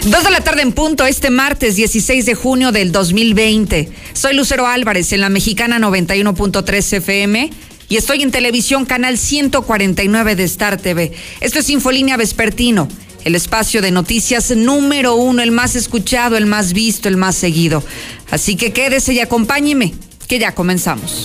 2 de la tarde en punto, este martes 16 de junio del 2020. Soy Lucero Álvarez en la Mexicana 91.3 FM y estoy en televisión canal 149 de Star TV. Esto es Infolínea Vespertino, el espacio de noticias número 1, el más escuchado, el más visto, el más seguido. Así que quédese y acompáñeme, que ya comenzamos.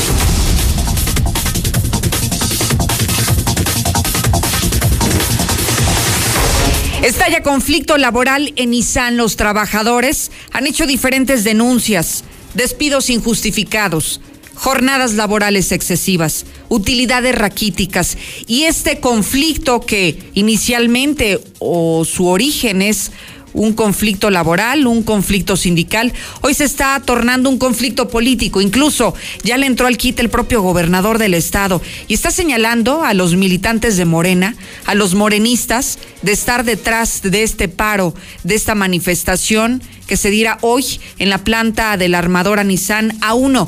Estalla conflicto laboral en Nissan. Los trabajadores han hecho diferentes denuncias: despidos injustificados, jornadas laborales excesivas, utilidades raquíticas. Y este conflicto, que inicialmente su origen es un conflicto laboral, un conflicto sindical, hoy se está tornando un conflicto político. Incluso ya le entró al quite el propio gobernador del estado y está señalando a los militantes de Morena, a los morenistas, de estar detrás de este paro, de esta manifestación que se diera hoy en la planta de la armadora Nissan A1.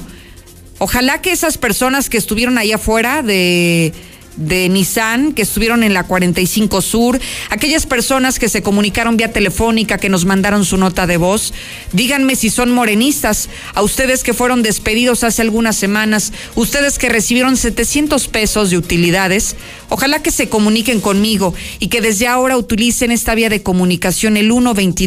Ojalá que esas personas que estuvieron ahí afuera de Nissan, que estuvieron en la 45 Sur, aquellas personas que se comunicaron vía telefónica, que nos mandaron su nota de voz, díganme si son morenistas. A ustedes que fueron despedidos hace algunas semanas, ustedes que recibieron 700 pesos de utilidades, ojalá que se comuniquen conmigo y que desde ahora utilicen esta vía de comunicación, el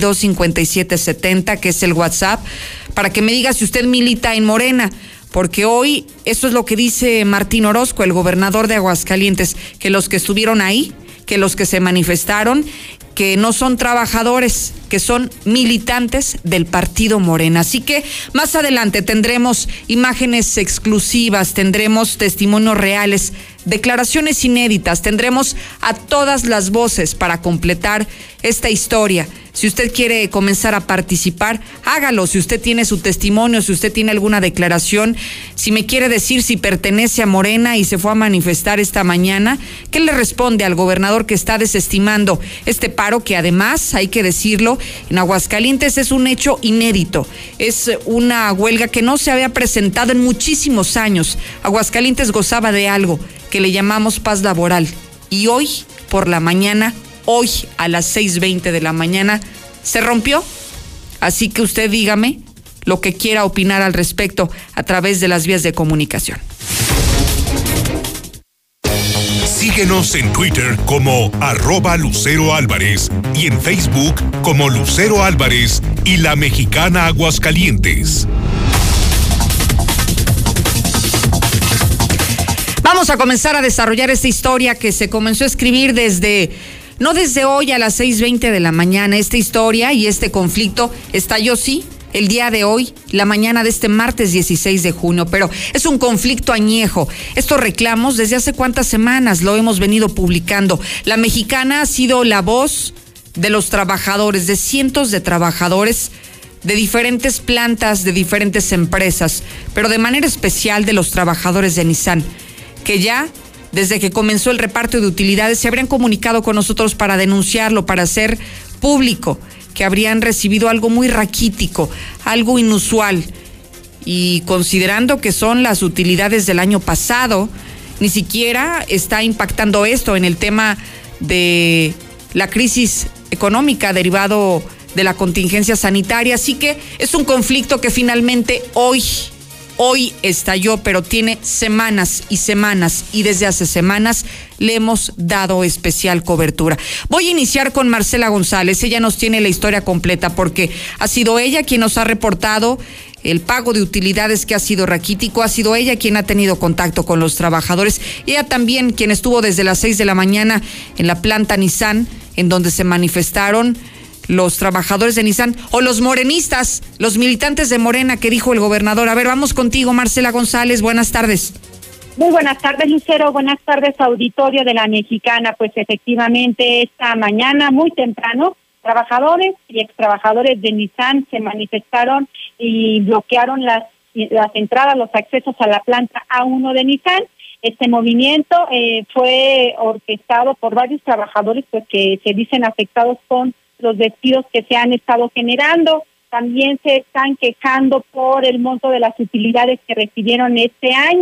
122-5770, que es el WhatsApp, para que me diga si usted milita en Morena. Porque hoy eso es lo que dice Martín Orozco, el gobernador de Aguascalientes, que los que estuvieron ahí, que los que se manifestaron, que no son trabajadores, que son militantes del partido Morena. Así que más adelante tendremos imágenes exclusivas, tendremos testimonios reales, declaraciones inéditas, tendremos a todas las voces para completar esta historia. Si usted quiere comenzar a participar, hágalo. Si usted tiene su testimonio, si usted tiene alguna declaración, si me quiere decir si pertenece a Morena y se fue a manifestar esta mañana, ¿qué le responde al gobernador que está desestimando este paro, que además, hay que decirlo, en Aguascalientes es un hecho inédito? Es una huelga que no se había presentado en muchísimos años. Aguascalientes gozaba de algo que le llamamos paz laboral. Y hoy, por la mañana, hoy a las 6:20 de la mañana, se rompió. Así que usted dígame lo que quiera opinar al respecto a través de las vías de comunicación. Síguenos en Twitter como @LuceroAlvarez y en Facebook como Lucero Álvarez y La Mexicana Aguascalientes. Vamos a comenzar a desarrollar esta historia que se comenzó a escribir no desde hoy a las 6:20 de la mañana. Esta historia y este conflicto estalló, sí, el día de hoy, la mañana de este martes 16 de junio, pero es un conflicto añejo. Estos reclamos, ¿desde hace cuántas semanas lo hemos venido publicando? La Mexicana ha sido la voz de los trabajadores, de cientos de trabajadores de diferentes plantas, de diferentes empresas, pero de manera especial de los trabajadores de Nissan, que ya desde que comenzó el reparto de utilidades se habrían comunicado con nosotros para denunciarlo, para hacer público que habrían recibido algo muy raquítico, algo inusual. Y considerando que son las utilidades del año pasado, ni siquiera está impactando esto en el tema de la crisis económica derivado de la contingencia sanitaria. Así que es un conflicto que finalmente hoy estalló, pero tiene semanas y semanas, y desde hace semanas le hemos dado especial cobertura. Voy a iniciar con Marcela González. Ella nos tiene la historia completa porque ha sido ella quien nos ha reportado el pago de utilidades que ha sido raquítico. Ha sido ella quien ha tenido contacto con los trabajadores. Y ella también quien estuvo desde las 6 de la mañana en la planta Nissan, en donde se manifestaron los trabajadores de Nissan, o los morenistas, los militantes de Morena, que dijo el gobernador. A ver, vamos contigo, Marcela González, buenas tardes. Muy buenas tardes, Lucero, buenas tardes, auditorio de La Mexicana. Pues efectivamente, esta mañana, muy temprano, trabajadores y extrabajadores de Nissan se manifestaron y bloquearon las entradas, los accesos a la planta A1 de Nissan. Este movimiento fue orquestado por varios trabajadores, pues, que se dicen afectados con los despidos que se han estado generando. También se están quejando por el monto de las utilidades que recibieron este año.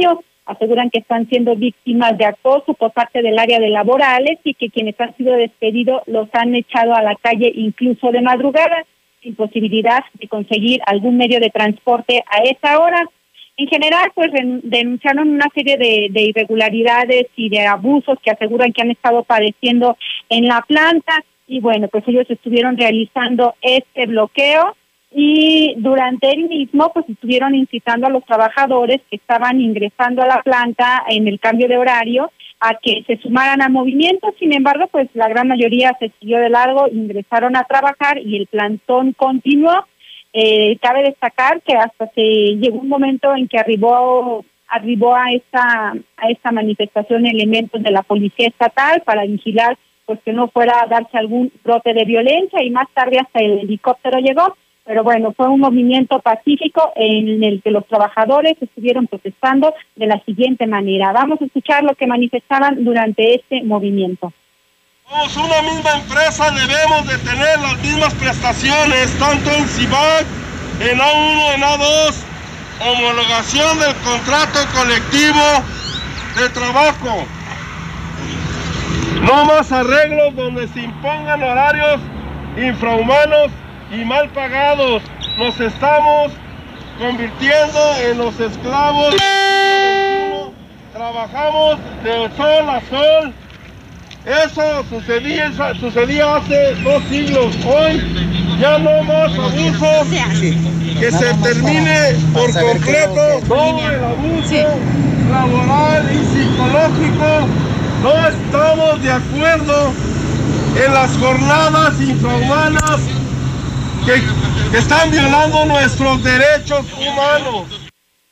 Aseguran que están siendo víctimas de acoso por parte del área de laborales y que quienes han sido despedidos los han echado a la calle incluso de madrugada, sin posibilidad de conseguir algún medio de transporte a esa hora. En general, pues denunciaron una serie de irregularidades y de abusos que aseguran que han estado padeciendo en la planta, y bueno, pues ellos estuvieron realizando este bloqueo y durante el mismo pues estuvieron incitando a los trabajadores que estaban ingresando a la planta en el cambio de horario a que se sumaran al movimiento. Sin embargo, pues la gran mayoría se siguió de largo, ingresaron a trabajar y el plantón continuó. Cabe destacar que hasta se llegó un momento en que arribó a esta manifestación elementos de la policía estatal para vigilar pues que no fuera a darse algún brote de violencia, y más tarde hasta el helicóptero llegó. Pero bueno, fue un movimiento pacífico en el que los trabajadores estuvieron protestando de la siguiente manera. Vamos a escuchar lo que manifestaban durante este movimiento. Somos una misma empresa, debemos de tener las mismas prestaciones, tanto en CIVAC, en A1, en A2, homologación del contrato colectivo de trabajo. No más arreglos donde se impongan horarios infrahumanos y mal pagados. Nos estamos convirtiendo en los esclavos del siglo XXI. Trabajamos de sol a sol. Eso sucedía hace 2 siglos. Hoy ya no más abusos. Que se termine por completo todo el abuso laboral y psicológico. No estamos de acuerdo en las jornadas infrahumanas que están violando nuestros derechos humanos.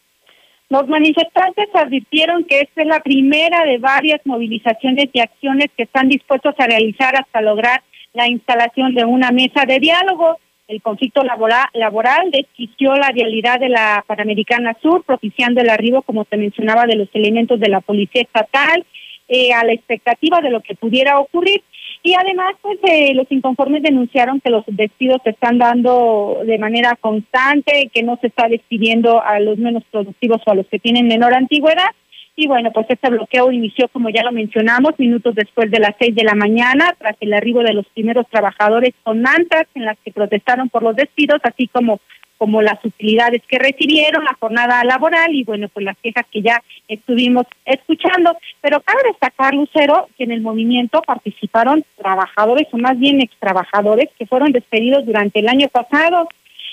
Los manifestantes advirtieron que esta es la primera de varias movilizaciones y acciones que están dispuestos a realizar hasta lograr la instalación de una mesa de diálogo. El conflicto laboral desquició la vialidad de la Panamericana Sur, propiciando el arribo, como te mencionaba, de los elementos de la policía estatal, a la expectativa de lo que pudiera ocurrir. Y además, pues los inconformes denunciaron que los despidos se están dando de manera constante, que no se está despidiendo a los menos productivos o a los que tienen menor antigüedad. Y bueno, pues este bloqueo inició, como ya lo mencionamos, minutos después de las 6 de la mañana, tras el arribo de los primeros trabajadores con mantas en las que protestaron por los despidos, así como las utilidades que recibieron, la jornada laboral y bueno, pues las quejas que ya estuvimos escuchando. Pero cabe destacar, Lucero, que en el movimiento participaron trabajadores o más bien extrabajadores que fueron despedidos durante el año pasado.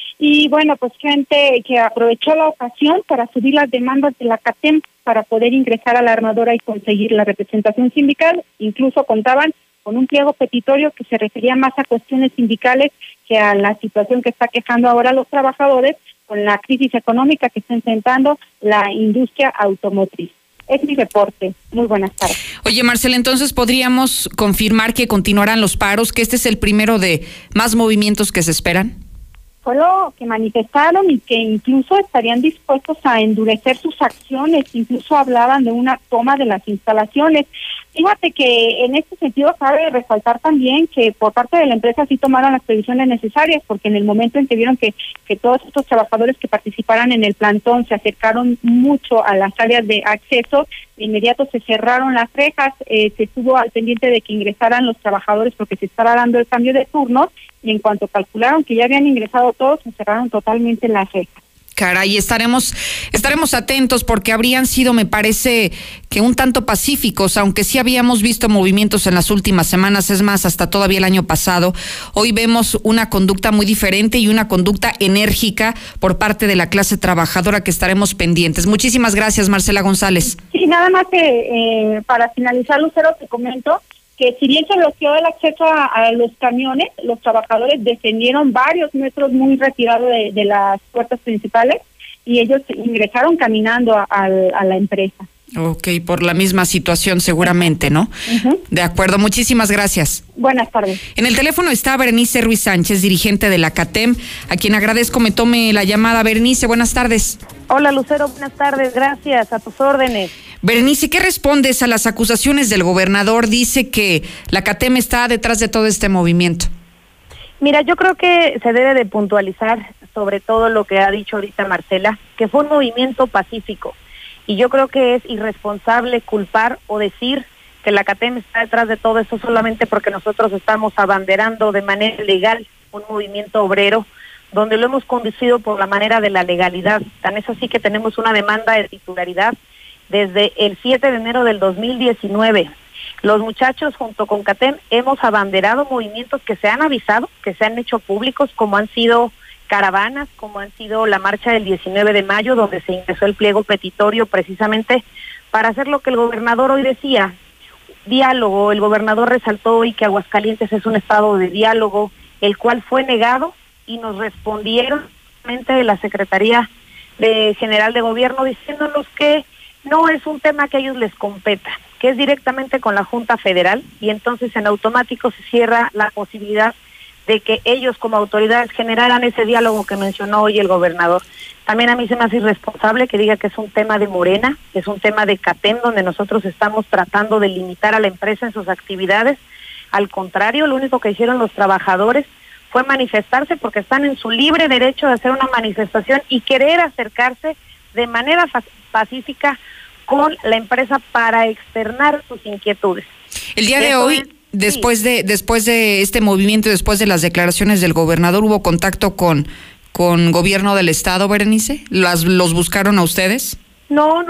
Y bueno, pues gente que aprovechó la ocasión para subir las demandas de la CATEM para poder ingresar a la armadora y conseguir la representación sindical. Incluso contaban con un pliego petitorio que se refería más a cuestiones sindicales que a la situación que está quejando ahora los trabajadores con la crisis económica que está enfrentando la industria automotriz. Es mi reporte. Muy buenas tardes. Oye, Marcela, entonces podríamos confirmar que continuarán los paros, que este es el primero de más movimientos que se esperan. Fue lo que manifestaron y que incluso estarían dispuestos a endurecer sus acciones, incluso hablaban de una toma de las instalaciones. Fíjate que en este sentido cabe resaltar también que por parte de la empresa sí tomaron las previsiones necesarias, porque en el momento en que vieron que todos estos trabajadores que participaran en el plantón se acercaron mucho a las áreas de acceso, de inmediato se cerraron las rejas, se estuvo al pendiente de que ingresaran los trabajadores porque se estaba dando el cambio de turnos, y en cuanto calcularon que ya habían ingresado todos, se cerraron totalmente las rejas. Caray, estaremos atentos porque habrían sido, me parece, que un tanto pacíficos, aunque sí habíamos visto movimientos en las últimas semanas, es más, hasta todavía el año pasado. Hoy vemos una conducta muy diferente y una conducta enérgica por parte de la clase trabajadora que estaremos pendientes. Muchísimas gracias, Marcela González. Sí, nada más que para finalizar, Lucero, te comento que si bien se bloqueó el acceso a los camiones, los trabajadores descendieron varios metros muy retirados de las puertas principales y ellos ingresaron caminando a la empresa. Ok, por la misma situación seguramente, ¿no? Uh-huh. De acuerdo, muchísimas gracias. Buenas tardes. En el teléfono está Berenice Ruiz Sánchez, dirigente de la CATEM, a quien agradezco me tome la llamada. Berenice, buenas tardes. Hola, Lucero, buenas tardes, gracias, a tus órdenes. Berenice, ¿qué respondes a las acusaciones del gobernador? Dice que la CATEM está detrás de todo este movimiento. Mira, yo creo que se debe de puntualizar sobre todo lo que ha dicho ahorita Marcela, que fue un movimiento pacífico. Y yo creo que es irresponsable culpar o decir que la CATEM está detrás de todo esto solamente porque nosotros estamos abanderando de manera legal un movimiento obrero donde lo hemos conducido por la manera de la legalidad. Tan es así que tenemos una demanda de titularidad desde el 7 de enero del 2019. Los muchachos junto con CATEM hemos abanderado movimientos que se han avisado, que se han hecho públicos, como han sido caravanas, como han sido la marcha del 19 de mayo, donde se ingresó el pliego petitorio precisamente para hacer lo que el gobernador hoy decía, diálogo. El gobernador resaltó hoy que Aguascalientes es un estado de diálogo, el cual fue negado, y nos respondieron de la Secretaría General de Gobierno diciéndonos que no es un tema que a ellos les competa, que es directamente con la Junta Federal, y entonces en automático se cierra la posibilidad de que ellos como autoridades generaran ese diálogo que mencionó hoy el gobernador. También a mí se me hace irresponsable que diga que es un tema de Morena, que es un tema de CATEM, donde nosotros estamos tratando de limitar a la empresa en sus actividades. Al contrario, lo único que hicieron los trabajadores fue manifestarse porque están en su libre derecho de hacer una manifestación y querer acercarse de manera pacífica con la empresa para externar sus inquietudes. El día de hoy, después de este movimiento, después de las declaraciones del gobernador, ¿hubo contacto con gobierno del estado, Berenice? ¿Los buscaron a ustedes? No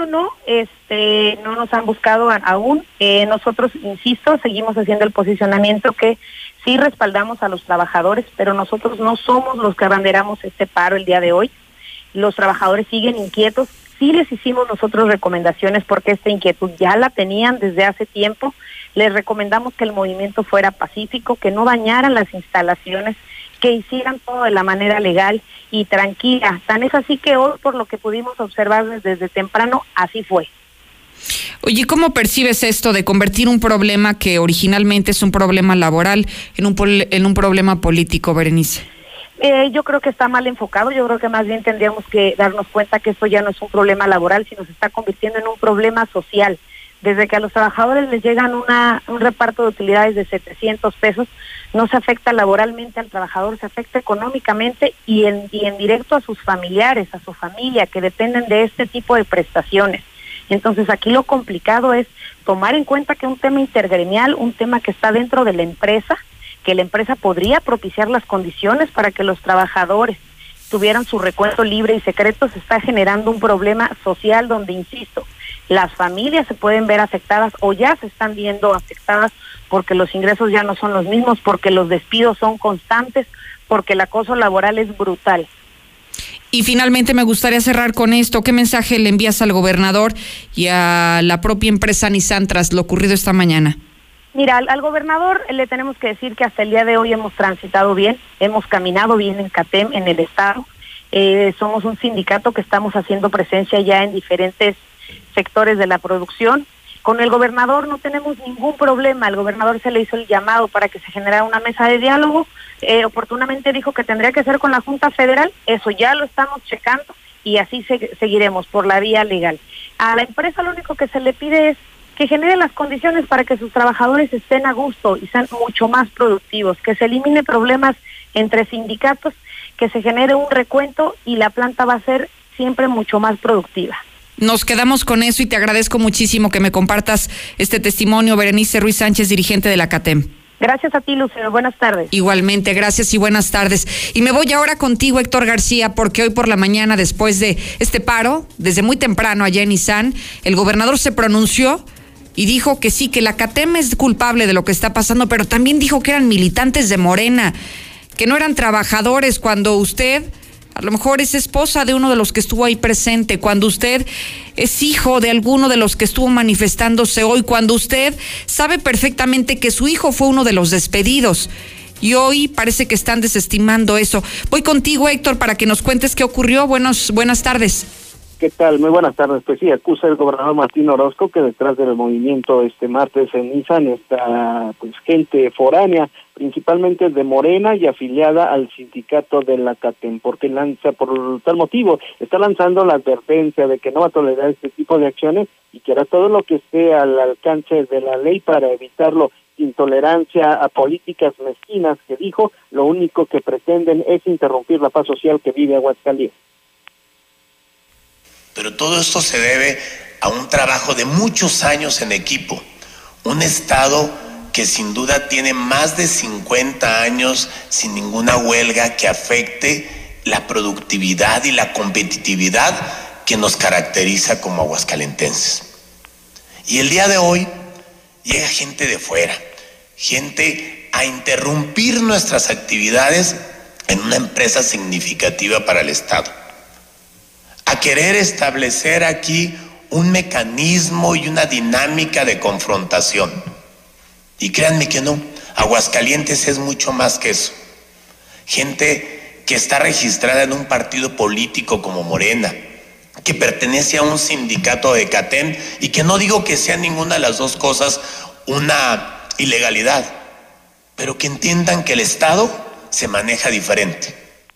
nos han buscado aún. Nosotros, insisto, seguimos haciendo el posicionamiento que sí respaldamos a los trabajadores, pero nosotros no somos los que abanderamos este paro el día de hoy. Los trabajadores siguen inquietos. Sí les hicimos nosotros recomendaciones porque esta inquietud ya la tenían desde hace tiempo. Les recomendamos que el movimiento fuera pacífico, que no dañaran las instalaciones, que hicieran todo de la manera legal y tranquila. Tan es así que hoy, por lo que pudimos observar desde temprano, así fue. Oye, ¿cómo percibes esto de convertir un problema que originalmente es un problema laboral en un problema político, Berenice? Yo creo que está mal enfocado. Yo creo que más bien tendríamos que darnos cuenta que esto ya no es un problema laboral, sino se está convirtiendo en un problema social. Desde que a los trabajadores les llegan un reparto de utilidades de 700 pesos, no se afecta laboralmente al trabajador, se afecta económicamente y en directo a sus familiares, a su familia, que dependen de este tipo de prestaciones. Entonces aquí lo complicado es tomar en cuenta que un tema intergremial, un tema que está dentro de la empresa, que la empresa podría propiciar las condiciones para que los trabajadores tuvieran su recuento libre y secreto, se está generando un problema social donde, insisto, las familias se pueden ver afectadas o ya se están viendo afectadas porque los ingresos ya no son los mismos, porque los despidos son constantes, porque el acoso laboral es brutal. Y finalmente me gustaría cerrar con esto. ¿Qué mensaje le envías al gobernador y a la propia empresa Nissan tras lo ocurrido esta mañana? Mira, al gobernador le tenemos que decir que hasta el día de hoy hemos transitado bien, hemos caminado bien en CATEM, en el estado. Somos un sindicato que estamos haciendo presencia ya en diferentes sectores de la producción. Con el gobernador no tenemos ningún problema. Al gobernador se le hizo el llamado para que se generara una mesa de diálogo. Oportunamente dijo que tendría que ser con la Junta Federal. Eso ya lo estamos checando y así seguiremos por la vía legal. A la empresa lo único que se le pide es que genere las condiciones para que sus trabajadores estén a gusto y sean mucho más productivos, que se elimine problemas entre sindicatos, que se genere un recuento y la planta va a ser siempre mucho más productiva. Nos quedamos con eso y te agradezco muchísimo que me compartas este testimonio, Berenice Ruiz Sánchez, dirigente de la CATEM. Gracias a ti, Lucero. Buenas tardes. Igualmente, gracias y buenas tardes. Y me voy ahora contigo, Héctor García, porque hoy por la mañana, después de este paro, desde muy temprano allá en Nissan, el gobernador se pronunció y dijo que sí, que la CATEM es culpable de lo que está pasando, pero también dijo que eran militantes de Morena, que no eran trabajadores, cuando usted a lo mejor es esposa de uno de los que estuvo ahí presente, cuando usted es hijo de alguno de los que estuvo manifestándose hoy, cuando usted sabe perfectamente que su hijo fue uno de los despedidos. Y hoy parece que están desestimando eso. Voy contigo, Héctor, para que nos cuentes qué ocurrió. Buenas tardes. ¿Qué tal? Muy buenas tardes. Pues sí, acusa el gobernador Martín Orozco que detrás del movimiento este martes en Nissan está pues gente foránea, principalmente de Morena y afiliada al sindicato de la CATEM, porque por tal motivo está lanzando la advertencia de que no va a tolerar este tipo de acciones y que hará todo lo que esté al alcance de la ley para evitarlo. Intolerancia a políticas mezquinas, que dijo, lo único que pretenden es interrumpir la paz social que vive Aguascalientes. pero todo esto se debe a un trabajo de muchos años en equipo. Un estado que sin duda tiene más de 50 años sin ninguna huelga que afecte la productividad y la competitividad que nos caracteriza como aguascalentenses. Y el día de hoy llega gente de fuera, gente a interrumpir nuestras actividades en una empresa significativa para el Estado, a querer establecer aquí un mecanismo y una dinámica de confrontación. Y créanme que no, Aguascalientes es mucho más que eso. Gente que está registrada en un partido político como Morena, que pertenece a un sindicato de CATEM, y que no digo que sea ninguna de las dos cosas una ilegalidad, pero que entiendan que el Estado se maneja diferente.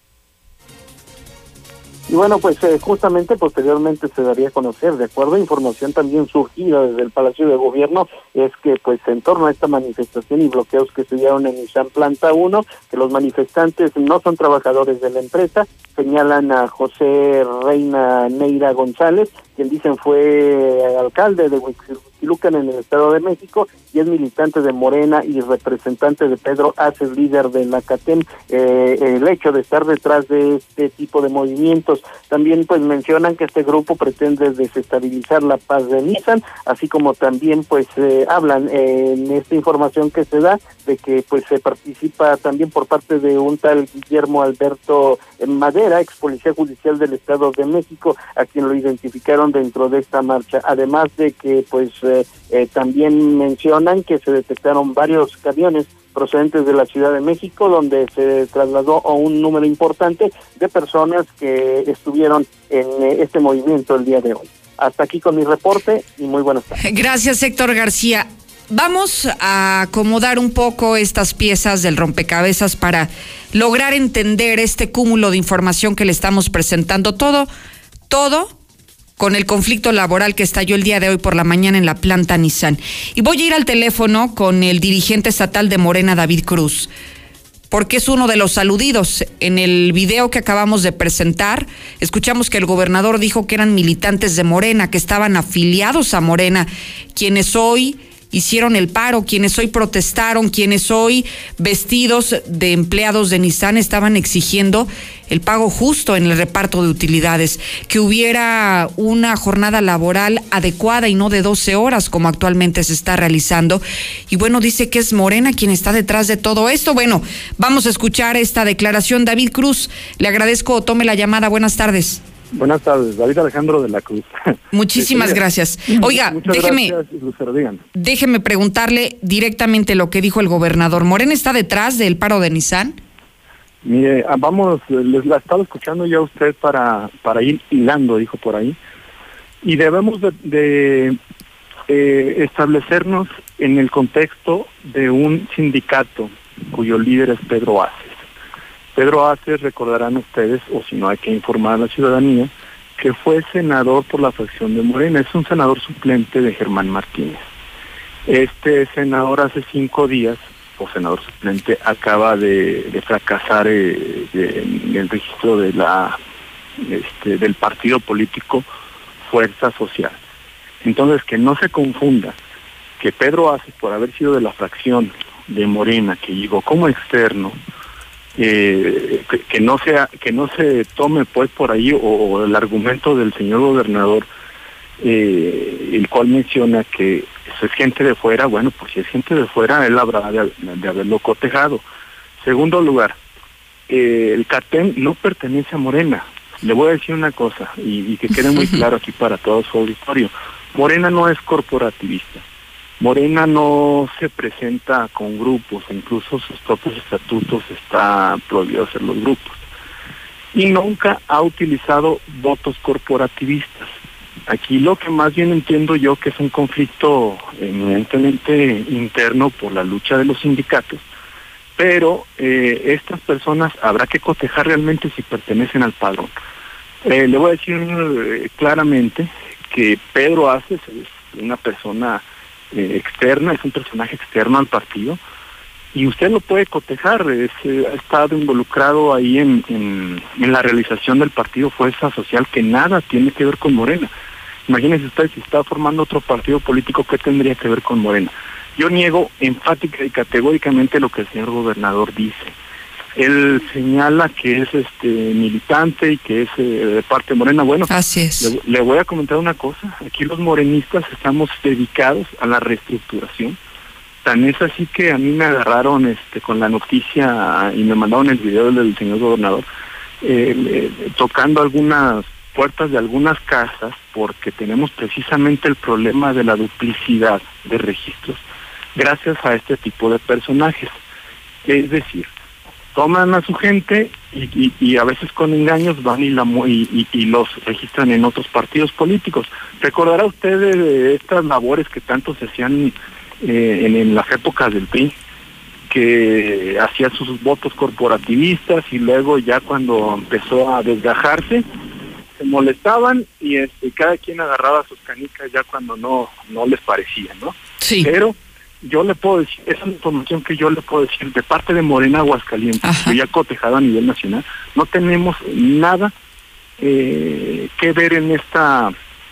Y bueno, pues justamente posteriormente se daría a conocer, de acuerdo a información también surgida desde el Palacio de Gobierno, es que pues en torno a esta manifestación y bloqueos que se dieron en Nissan Planta 1, que los manifestantes no son trabajadores de la empresa, señalan a José Reina Neira González, quien dicen fue alcalde de Huixquilucan en el Estado de México y es militante de Morena y representante de Pedro Aces, líder de la CATEM. El hecho de estar detrás de este tipo de movimientos, también pues mencionan que este grupo pretende desestabilizar la paz de Nissan, así como también pues hablan en esta información que se da de que pues se participa también por parte de un tal Guillermo Alberto Madera, ex policía judicial del Estado de México, a quien lo identificaron dentro de esta marcha, además de que pues también mencionan que se detectaron varios camiones procedentes de la Ciudad de México, donde se trasladó a un número importante de personas que estuvieron en este movimiento el día de hoy. Hasta aquí con mi reporte y muy buenas tardes. Gracias, Héctor García. Vamos a acomodar un poco estas piezas del rompecabezas para lograr entender este cúmulo de información que le estamos presentando. Todo con el conflicto laboral que estalló el día de hoy por la mañana en la planta Nissan. Y voy a ir al teléfono con el dirigente estatal de Morena, David Cruz, porque es uno de los aludidos. En el video que acabamos de presentar, escuchamos que el gobernador dijo que eran militantes de Morena, que estaban afiliados a Morena, quienes hoy hicieron el paro, quienes hoy protestaron, quienes hoy, vestidos de empleados de Nissan, estaban exigiendo el pago justo en el reparto de utilidades, que hubiera una jornada laboral adecuada y no de 12 horas como actualmente se está realizando. Y bueno, dice que es Morena quien está detrás de todo esto. Bueno, vamos a escuchar esta declaración. David Cruz, le agradezco, tome la llamada. Buenas tardes. Buenas tardes, David Alejandro de la Cruz. Muchísimas gracias. Oiga, déjeme preguntarle directamente lo que dijo el gobernador. ¿Morena está detrás del paro de Nissan? Mire, les la estaba escuchando ya a usted para ir hilando, dijo por ahí, y debemos de establecernos en el contexto de un sindicato cuyo líder es Pedro Aces. Pedro Aces, recordarán ustedes, o si no hay que informar a la ciudadanía, que fue senador por la fracción de Morena, es un senador suplente de Germán Martínez. Este senador hace 5 días, o senador suplente, acaba de fracasar en el registro de del partido político Fuerza Social. Entonces, que no se confunda que Pedro Aces, por haber sido de la fracción de Morena, que llegó como externo, que no se tome pues por ahí o el argumento del señor gobernador, el cual menciona que es gente de fuera. Bueno, pues si es gente de fuera, él habrá de haberlo cotejado. Segundo lugar, el CATEM no pertenece a Morena. Le voy a decir una cosa y que quede muy claro aquí para todo su auditorio. Morena no es corporativista. Morena no se presenta con grupos, incluso sus propios estatutos está prohibido hacer los grupos. Y nunca ha utilizado votos corporativistas. Aquí lo que más bien entiendo yo que es un conflicto eminentemente interno por la lucha de los sindicatos, pero estas personas habrá que cotejar realmente si pertenecen al padrón. Le voy a decir claramente que Pedro Aces es una persona externa, es un personaje externo al partido, y usted lo puede cotejar, ha estado involucrado ahí en la realización del partido Fuerza Social, que nada tiene que ver con Morena. Imagínense usted, si está formando otro partido político, ¿qué tendría que ver con Morena? Yo niego enfática y categóricamente lo que el señor gobernador dice. Él señala que es militante y que es de parte de Morena. Bueno, así es. Le voy a comentar una cosa. Aquí los morenistas estamos dedicados a la reestructuración. Tan es así que a mí me agarraron con la noticia y me mandaron el video del señor gobernador tocando algunas puertas de algunas casas, porque tenemos precisamente el problema de la duplicidad de registros gracias a este tipo de personajes. Es decir, toman a su gente y a veces con engaños van y los registran en otros partidos políticos. Recordará usted de estas labores que tanto se hacían en las épocas del PRI, que hacía sus votos corporativistas y luego ya cuando empezó a desgajarse, se molestaban y cada quien agarraba sus canicas ya cuando no les parecía, ¿no? Sí. Pero yo le puedo decir, esa es la información que yo le puedo decir de parte de Morena Aguascalientes, que ya cotejado a nivel nacional, no tenemos nada que ver en esta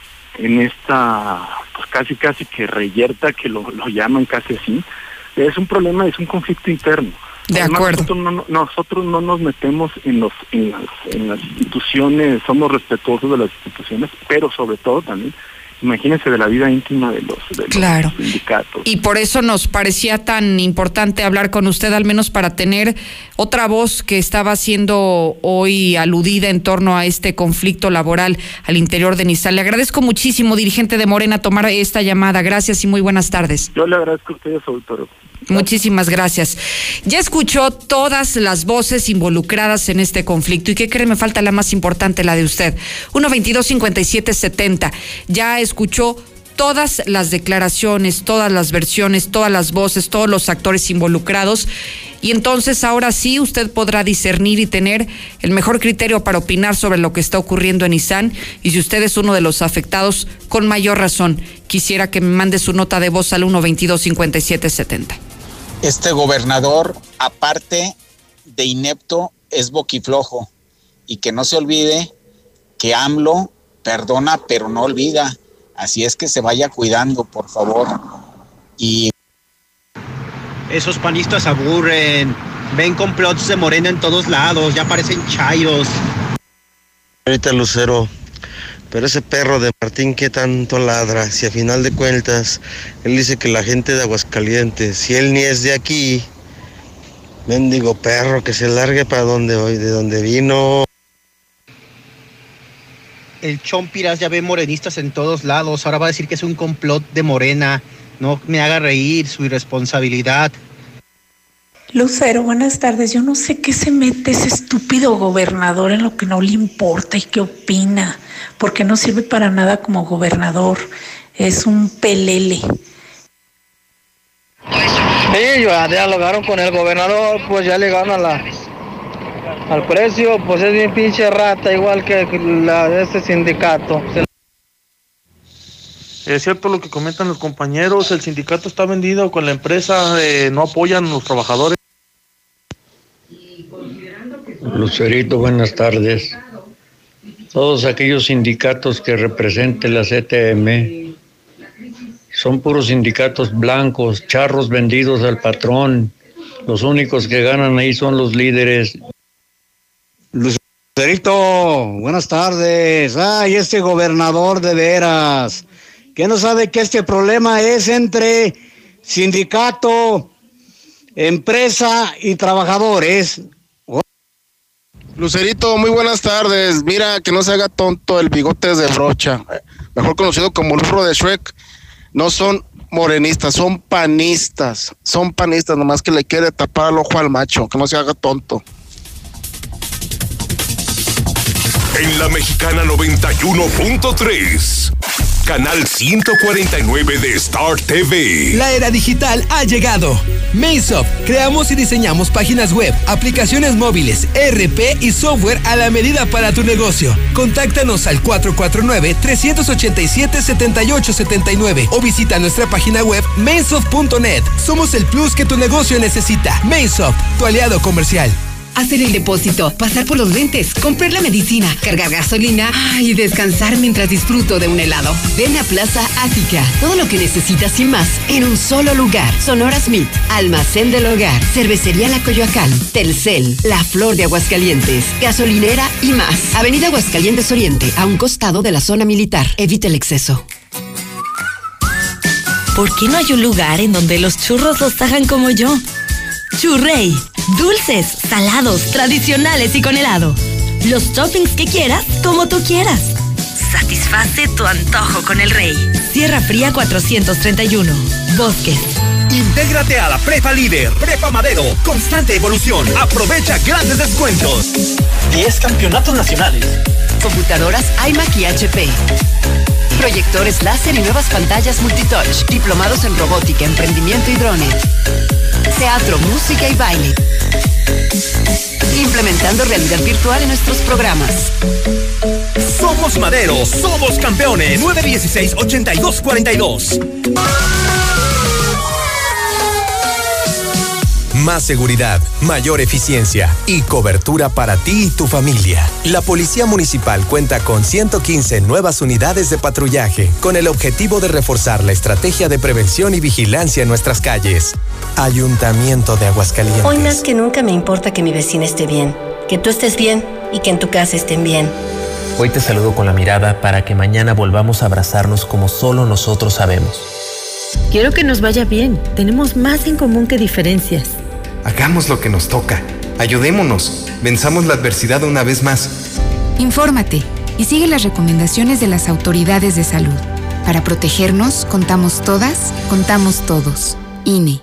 pues casi que reyerta, que lo llaman casi así. Es un problema, es un conflicto interno. De Además, acuerdo. Nosotros no nos metemos en las instituciones, somos respetuosos de las instituciones, pero sobre todo también, imagínense, de la vida íntima de los sindicatos. Y por eso nos parecía tan importante hablar con usted, al menos para tener otra voz que estaba siendo hoy aludida en torno a este conflicto laboral al interior de Nissan. Le agradezco muchísimo, dirigente de Morena, tomar esta llamada. Gracias y muy buenas tardes. Yo le agradezco a ustedes, auditor. Muchísimas gracias. Ya escuchó todas las voces involucradas en este conflicto. ¿Y qué cree? Me falta la más importante, la de usted. 122-5770. Ya escuchó todas las declaraciones, todas las versiones, todas las voces, todos los actores involucrados. Y entonces ahora sí usted podrá discernir y tener el mejor criterio para opinar sobre lo que está ocurriendo en Nissan. Y si usted es uno de los afectados, con mayor razón, quisiera que me mande su nota de voz al 122-5770. Este gobernador, aparte de inepto, es boquiflojo. Y que no se olvide que AMLO perdona, pero no olvida. Así es que se vaya cuidando, por favor. Y esos panistas aburren. Ven complots de Morena en todos lados. Ya parecen chairos. Ahorita Lucero, pero ese perro de Martín, ¿qué tanto ladra? Si a final de cuentas él dice que la gente de Aguascalientes, si él ni es de aquí, mendigo perro, que se largue para de donde vino. El Chompiras ya ve morenistas en todos lados. Ahora va a decir que es un complot de Morena. No me haga reír, su irresponsabilidad. Lucero, buenas tardes. Yo no sé qué se mete ese estúpido gobernador en lo que no le importa y qué opina, porque no sirve para nada como gobernador. Es un pelele. Sí, ya dialogaron con el gobernador, pues ya llegaron al precio, pues es bien pinche rata, igual que este sindicato. Es cierto lo que comentan los compañeros, el sindicato está vendido con la empresa, no apoyan a los trabajadores. Lucerito, buenas tardes. Todos aquellos sindicatos que represente la CTM son puros sindicatos blancos, charros vendidos al patrón. Los únicos que ganan ahí son los líderes. Lucerito, buenas tardes. Ay, este gobernador de veras, que no sabe que este problema es entre sindicato, empresa y trabajadores. Lucerito, muy buenas tardes. Mira, que no se haga tonto el bigotes de brocha, mejor conocido como el burro de Shrek. No son morenistas, son panistas, nomás que le quiere tapar el ojo al macho, que no se haga tonto. En la Mexicana 91.3, canal 149 de Star TV. La era digital ha llegado. Maysoft, creamos y diseñamos páginas web, aplicaciones móviles, ERP y software a la medida para tu negocio. Contáctanos al 449-387-7879 o visita nuestra página web maysoft.net. Somos el plus que tu negocio necesita. Maysoft, tu aliado comercial. Hacer el depósito, pasar por los lentes, comprar la medicina, cargar gasolina y descansar mientras disfruto de un helado. Ven a Plaza Ática. Todo lo que necesitas y más en un solo lugar. Sonora Smith, Almacén del Hogar, Cervecería La Coyoacán, Telcel, La Flor de Aguascalientes, gasolinera y más. Avenida Aguascalientes Oriente, a un costado de la zona militar. Evita el exceso. ¿Por qué no hay un lugar en donde los churros los hagan como yo? Churrey. Dulces, salados, tradicionales y con helado. Los toppings que quieras, como tú quieras. Satisface tu antojo con el Rey. Sierra Fría 431. Bosques. Intégrate a la Prepa Líder, Prepa Madero. Constante evolución. Aprovecha grandes descuentos. 10 campeonatos nacionales. Computadoras iMac y HP. Proyectores láser y nuevas pantallas multitouch. Diplomados en robótica, emprendimiento y drones. Teatro, música y baile. Implementando realidad virtual en nuestros programas. Somos Madero, somos campeones. 916-8242. Más seguridad, mayor eficiencia y cobertura para ti y tu familia. La Policía Municipal cuenta con 115 nuevas unidades de patrullaje con el objetivo de reforzar la estrategia de prevención y vigilancia en nuestras calles. Ayuntamiento de Aguascalientes. Hoy más que nunca me importa que mi vecina esté bien, que tú estés bien y que en tu casa estén bien. Hoy te saludo con la mirada para que mañana volvamos a abrazarnos como solo nosotros sabemos. Quiero que nos vaya bien. Tenemos más en común que diferencias. Hagamos lo que nos toca. Ayudémonos. Venzamos la adversidad una vez más. Infórmate y sigue las recomendaciones de las autoridades de salud. Para protegernos, contamos todas, contamos todos. INE.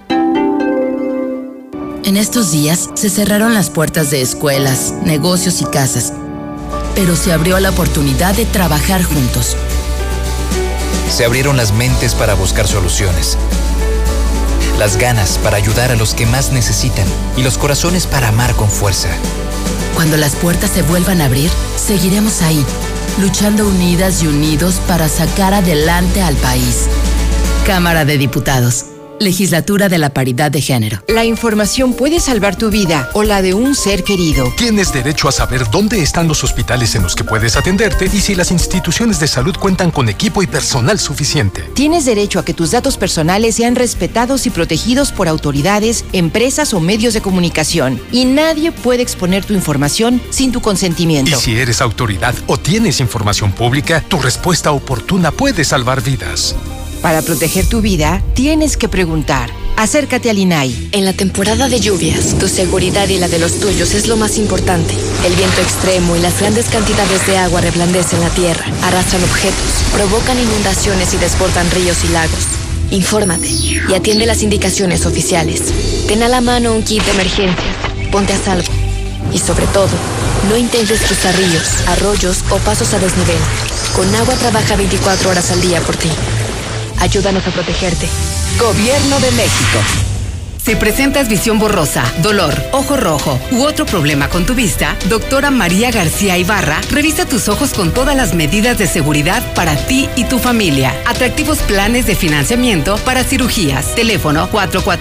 En estos días se cerraron las puertas de escuelas, negocios y casas, pero se abrió la oportunidad de trabajar juntos. Se abrieron las mentes para buscar soluciones, las ganas para ayudar a los que más necesitan y los corazones para amar con fuerza. Cuando las puertas se vuelvan a abrir, seguiremos ahí, luchando unidas y unidos para sacar adelante al país. Cámara de Diputados. Legislatura de la Paridad de Género. La información puede salvar tu vida o la de un ser querido. Tienes derecho a saber dónde están los hospitales en los que puedes atenderte y si las instituciones de salud cuentan con equipo y personal suficiente. Tienes derecho a que tus datos personales sean respetados y protegidos por autoridades, empresas o medios de comunicación. Y nadie puede exponer tu información sin tu consentimiento. Y si eres autoridad o tienes información pública, tu respuesta oportuna puede salvar vidas. Para proteger tu vida, tienes que preguntar. Acércate al INAI. En la temporada de lluvias, tu seguridad y la de los tuyos es lo más importante. El viento extremo y las grandes cantidades de agua reblandecen la tierra, arrastran objetos, provocan inundaciones y desbordan ríos y lagos. Infórmate y atiende las indicaciones oficiales. Ten a la mano un kit de emergencias. Ponte a salvo. Y sobre todo, no intentes cruzar ríos, arroyos o pasos a desnivel. Con agua trabaja 24 horas al día por ti. Ayúdanos a protegerte. Gobierno de México. Si presentas visión borrosa, dolor, ojo rojo u otro problema con tu vista, doctora María García Ibarra revisa tus ojos con todas las medidas de seguridad para ti y tu familia. Atractivos planes de financiamiento para cirugías. Teléfono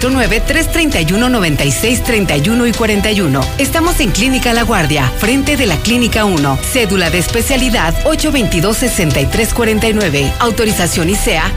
449-331-9631 y 41. Estamos en Clínica La Guardia, frente de la Clínica 1. Cédula de especialidad 822-6349. Autorización ICEA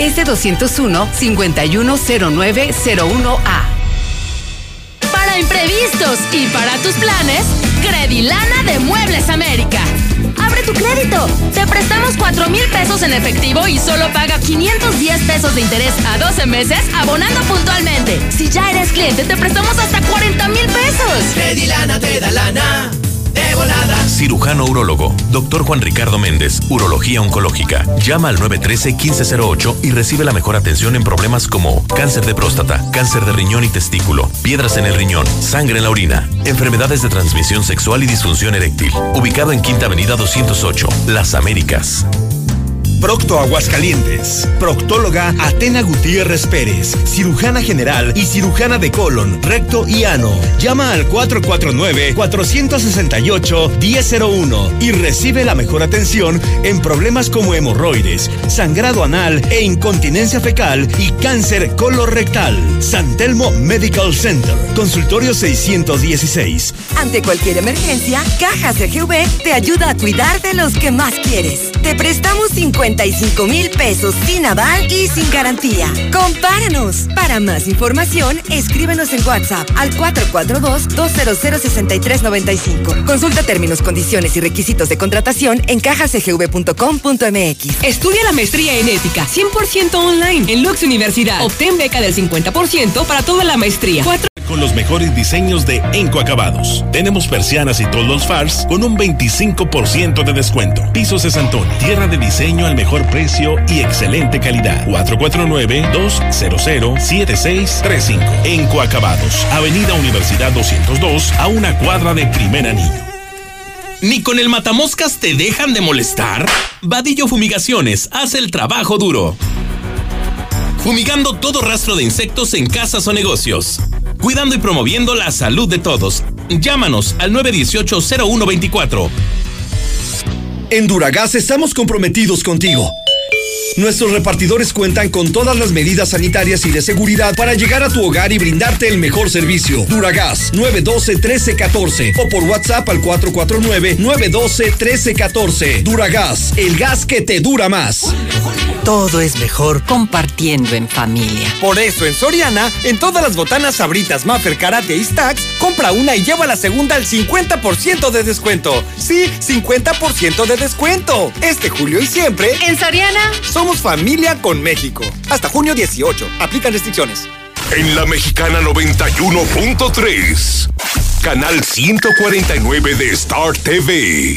S201-510901A. Para imprevistos y para tus planes, Credilana de Muebles América. ¡Abre tu crédito! Te prestamos 4,000 pesos en efectivo y solo paga 510 pesos de interés a 12 meses abonando puntualmente. Si ya eres cliente, te prestamos hasta 40,000 pesos. Credilana te da lana. De volada. Cirujano urólogo, Dr. Juan Ricardo Méndez, Urología Oncológica. Llama al 913-1508 y recibe la mejor atención en problemas como cáncer de próstata, cáncer de riñón y testículo, piedras en el riñón, sangre en la orina, enfermedades de transmisión sexual y disfunción eréctil. Ubicado en Quinta Avenida 208, Las Américas. Procto Aguascalientes. Proctóloga Atena Gutiérrez Pérez, cirujana general y cirujana de colon, recto y ano. Llama al 449-468-1001 y recibe la mejor atención en problemas como hemorroides, sangrado anal e incontinencia fecal y cáncer colorectal. San Telmo Medical Center, consultorio 616. Ante cualquier emergencia, Caja CGV te ayuda a cuidar de los que más quieres. Te prestamos 55,000 pesos sin aval y sin garantía. ¡Compáranos! Para más información, escríbenos en WhatsApp al 442-200-6395. Consulta términos, condiciones y requisitos de contratación en cajacgv.com.mx. Estudia la maestría en ética, 100% online en Lux Universidad. Obtén beca del 50% para toda la maestría. Con los mejores diseños de Enco Acabados. Tenemos persianas y toldos Fars con un 25% de descuento. Pisos de Santón, tierra de diseño al mejor precio y excelente calidad. 449-200-7635. Enco Acabados, Avenida Universidad 202, a una cuadra de Primer Anillo. ¿Ni con el matamoscas te dejan de molestar? Vadillo Fumigaciones hace el trabajo duro. Fumigando todo rastro de insectos en casas o negocios. Cuidando y promoviendo la salud de todos. Llámanos al 918-0124. En Duragas estamos comprometidos contigo. Nuestros repartidores cuentan con todas las medidas sanitarias y de seguridad para llegar a tu hogar y brindarte el mejor servicio. Duragas 912-1314 o por WhatsApp al 449-912-1314. Duragas, el gas que te dura más. Todo es mejor compartiendo en familia. Por eso en Soriana, en todas las botanas Sabritas, Maffer, Karate y Stacks, compra una y lleva la segunda al 50% de descuento. Sí, 50% de descuento. Este julio y siempre, en Soriana, somos familia con México. Hasta junio 18. Aplican restricciones. En la Mexicana 91.3, canal 149 de Star TV.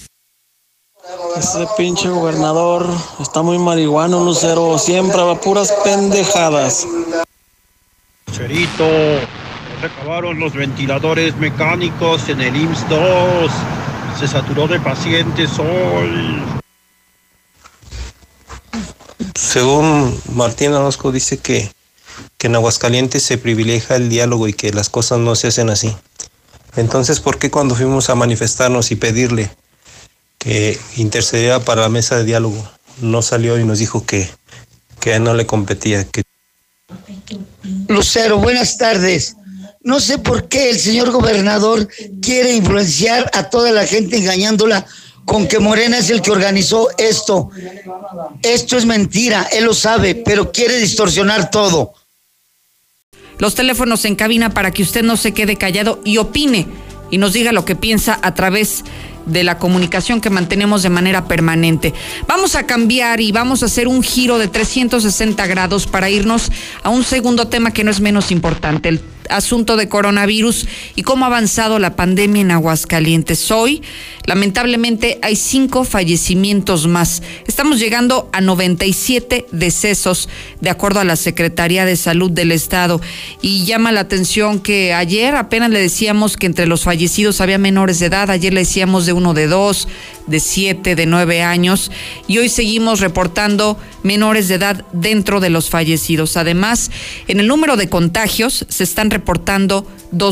Ese pinche gobernador está muy marihuano, Lucero. Siempre va puras pendejadas. Lucerito, se acabaron los ventiladores mecánicos en el IMSS 2. Se saturó de pacientes hoy. Según Martín Orozco dice que en Aguascalientes se privilegia el diálogo y que las cosas no se hacen así. Entonces, ¿por qué cuando fuimos a manifestarnos y pedirle que intercediera para la mesa de diálogo, no salió y nos dijo que a él no le competía? Lucero, buenas tardes. No sé por qué el señor gobernador quiere influenciar a toda la gente engañándola con que Morena es el que organizó esto. Esto es mentira, él lo sabe, pero quiere distorsionar todo. Los teléfonos en cabina para que usted no se quede callado y opine y nos diga lo que piensa a través de la comunicación que mantenemos de manera permanente. Vamos a cambiar y vamos a hacer un giro de 360 grados para irnos a un segundo tema que no es menos importante, el asunto de coronavirus y cómo ha avanzado la pandemia en Aguascalientes. Hoy, lamentablemente, hay 5 fallecimientos más. Estamos llegando a 97 decesos, de acuerdo a la Secretaría de Salud del Estado. Y llama la atención que ayer apenas le decíamos que entre los fallecidos había menores de edad. Ayer le decíamos de 1 de 2, de 7, de 9 años. Y hoy seguimos reportando menores de edad dentro de los fallecidos. Además, en el número de contagios se están reportando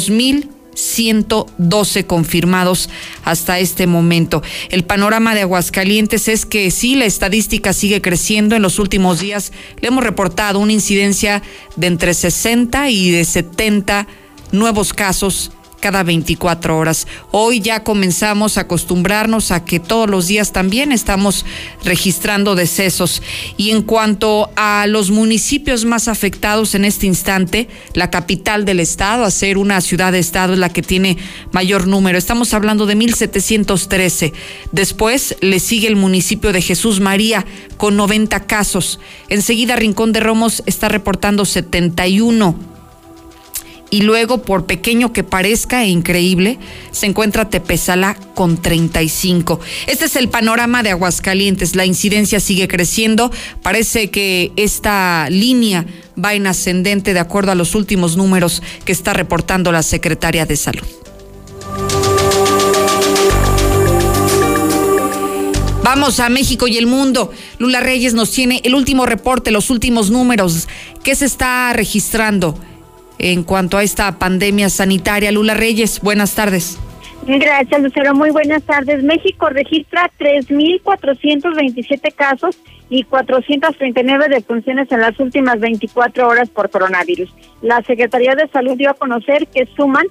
2,112 confirmados hasta este momento. El panorama de Aguascalientes es que sí, la estadística sigue creciendo. En los últimos días le hemos reportado una incidencia de entre 60 y de 70 nuevos casos cada 24 horas. Hoy ya comenzamos a acostumbrarnos a que todos los días también estamos registrando decesos. Y en cuanto a los municipios más afectados en este instante, la capital del estado, a ser una ciudad de estado, es la que tiene mayor número. Estamos hablando de 1,713. Después le sigue el municipio de Jesús María con 90 casos. Enseguida Rincón de Romos está reportando 71. Y luego, por pequeño que parezca e increíble, se encuentra Tepezalá con 35. Este es el panorama de Aguascalientes. La incidencia sigue creciendo. Parece que esta línea va en ascendente de acuerdo a los últimos números que está reportando la Secretaría de Salud. Vamos a México y el mundo. Lula Reyes nos tiene el último reporte, los últimos números. ¿Qué se está registrando en cuanto a esta pandemia sanitaria? Lula Reyes, buenas tardes. Gracias, Lucero. Muy buenas tardes. México registra 3,427 casos y 439 defunciones en las últimas 24 horas por coronavirus. La Secretaría de Salud dio a conocer que suman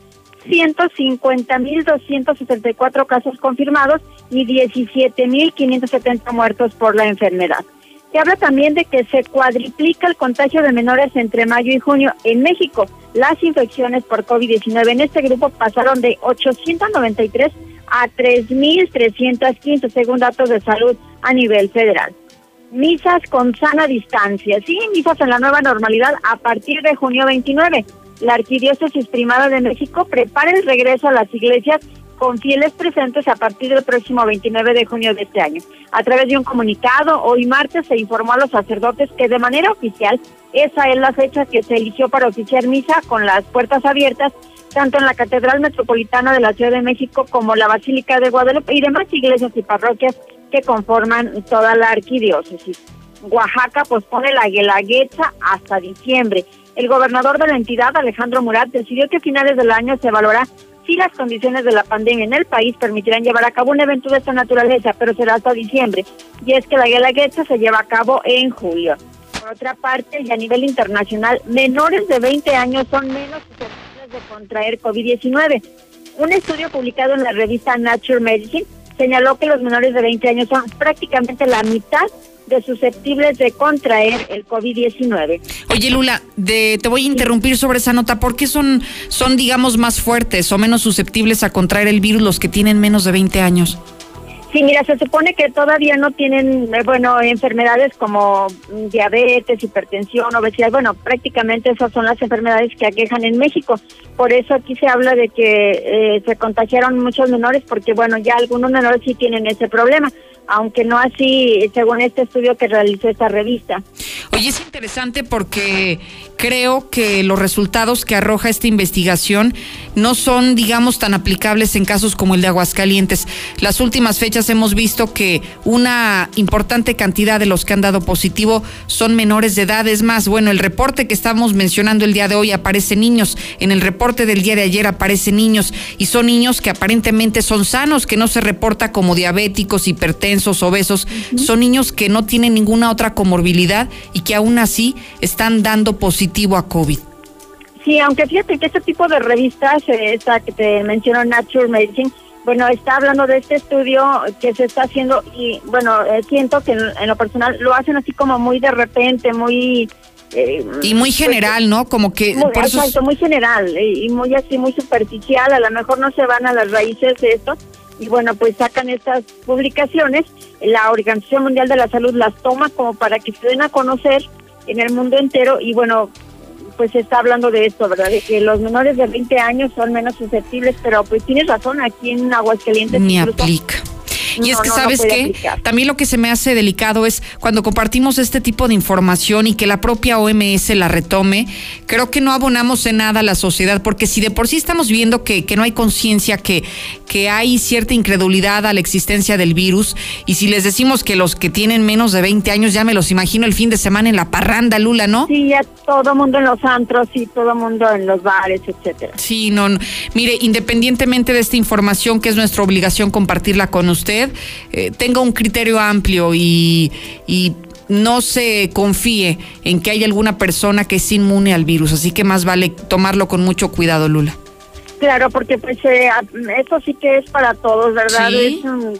150,264 casos confirmados y 17,570 muertos por la enfermedad. Se habla también de que se cuadriplica el contagio de menores entre mayo y junio en México. Las infecciones por COVID-19 en este grupo pasaron de 893 a 3,315, según datos de salud a nivel federal. Misas con sana distancia, sí, misas en la nueva normalidad a partir de junio 29. La Arquidiócesis Primada de México prepara el regreso a las iglesias con fieles presentes a partir del próximo 29 de junio de este año. A través de un comunicado, hoy martes se informó a los sacerdotes que de manera oficial esa es la fecha que se eligió para oficiar misa con las puertas abiertas, tanto en la Catedral Metropolitana de la Ciudad de México como la Basílica de Guadalupe y demás iglesias y parroquias que conforman toda la arquidiócesis. Oaxaca pospone la Guelaguetza hasta diciembre. El gobernador de la entidad, Alejandro Murat, decidió que a finales del año se evaluará si las condiciones de la pandemia en el país permitirán llevar a cabo un evento de esta naturaleza, pero será hasta diciembre. Y es que la Guelaguetza se lleva a cabo en julio. Por otra parte, y a nivel internacional, menores de 20 años son menos susceptibles de contraer COVID-19. Un estudio publicado en la revista Nature Medicine señaló que los menores de 20 años son prácticamente la mitad de susceptibles de contraer el COVID-19. Oye, Lula, te voy a interrumpir sobre esa nota. ¿Por qué son, digamos, más fuertes o menos susceptibles a contraer el virus los que tienen menos de 20 años? Sí, mira, se supone que todavía no tienen, enfermedades como diabetes, hipertensión, obesidad. Bueno, prácticamente esas son las enfermedades que aquejan en México. Por eso aquí se habla de que se contagiaron muchos menores, porque, ya algunos menores sí tienen ese problema, aunque no así, según este estudio que realizó esta revista. Oye, es interesante porque creo que los resultados que arroja esta investigación no son, digamos, tan aplicables en casos como el de Aguascalientes. Las últimas fechas hemos visto que una importante cantidad de los que han dado positivo son menores de edad. Es más, el reporte que estamos mencionando el día de hoy aparece niños. En el reporte del día de ayer aparecen niños, y son niños que aparentemente son sanos, que no se reporta como diabéticos, hipertensos, obesos. Son niños que no tienen ninguna otra comorbilidad y que aún así están dando positivo a COVID. Sí, aunque fíjate que este tipo de revistas, esta que te menciono, Nature Medicine, está hablando de este estudio que se está haciendo y, siento que en lo personal lo hacen así como muy de repente, muy... y muy general, ¿no? Como que... Exacto, muy general y muy así, muy superficial. A lo mejor no se van a las raíces de esto. Y sacan estas publicaciones. La Organización Mundial de la Salud las toma como para que se den a conocer en el mundo entero. Y se está hablando de esto, ¿verdad? De que los menores de 20 años son menos susceptibles, pero tienes razón, aquí en Aguascalientes ni aplica. Y es que, ¿sabes qué? También lo que se me hace delicado es cuando compartimos este tipo de información y que la propia OMS la retome. Creo que no abonamos en nada a la sociedad, porque si de por sí estamos viendo que no hay conciencia, que hay cierta incredulidad a la existencia del virus, y si les decimos que los que tienen menos de 20 años, ya me los imagino el fin de semana en la parranda, Lula, ¿no? Sí, ya todo mundo en los antros y todo mundo en los bares, etcétera. Sí, no. Mire, independientemente de esta información, que es nuestra obligación compartirla con usted, tenga un criterio amplio y no se confíe en que hay alguna persona que es inmune al virus, así que más vale tomarlo con mucho cuidado, Lula. Claro, porque eso sí que es para todos, ¿verdad? Sí.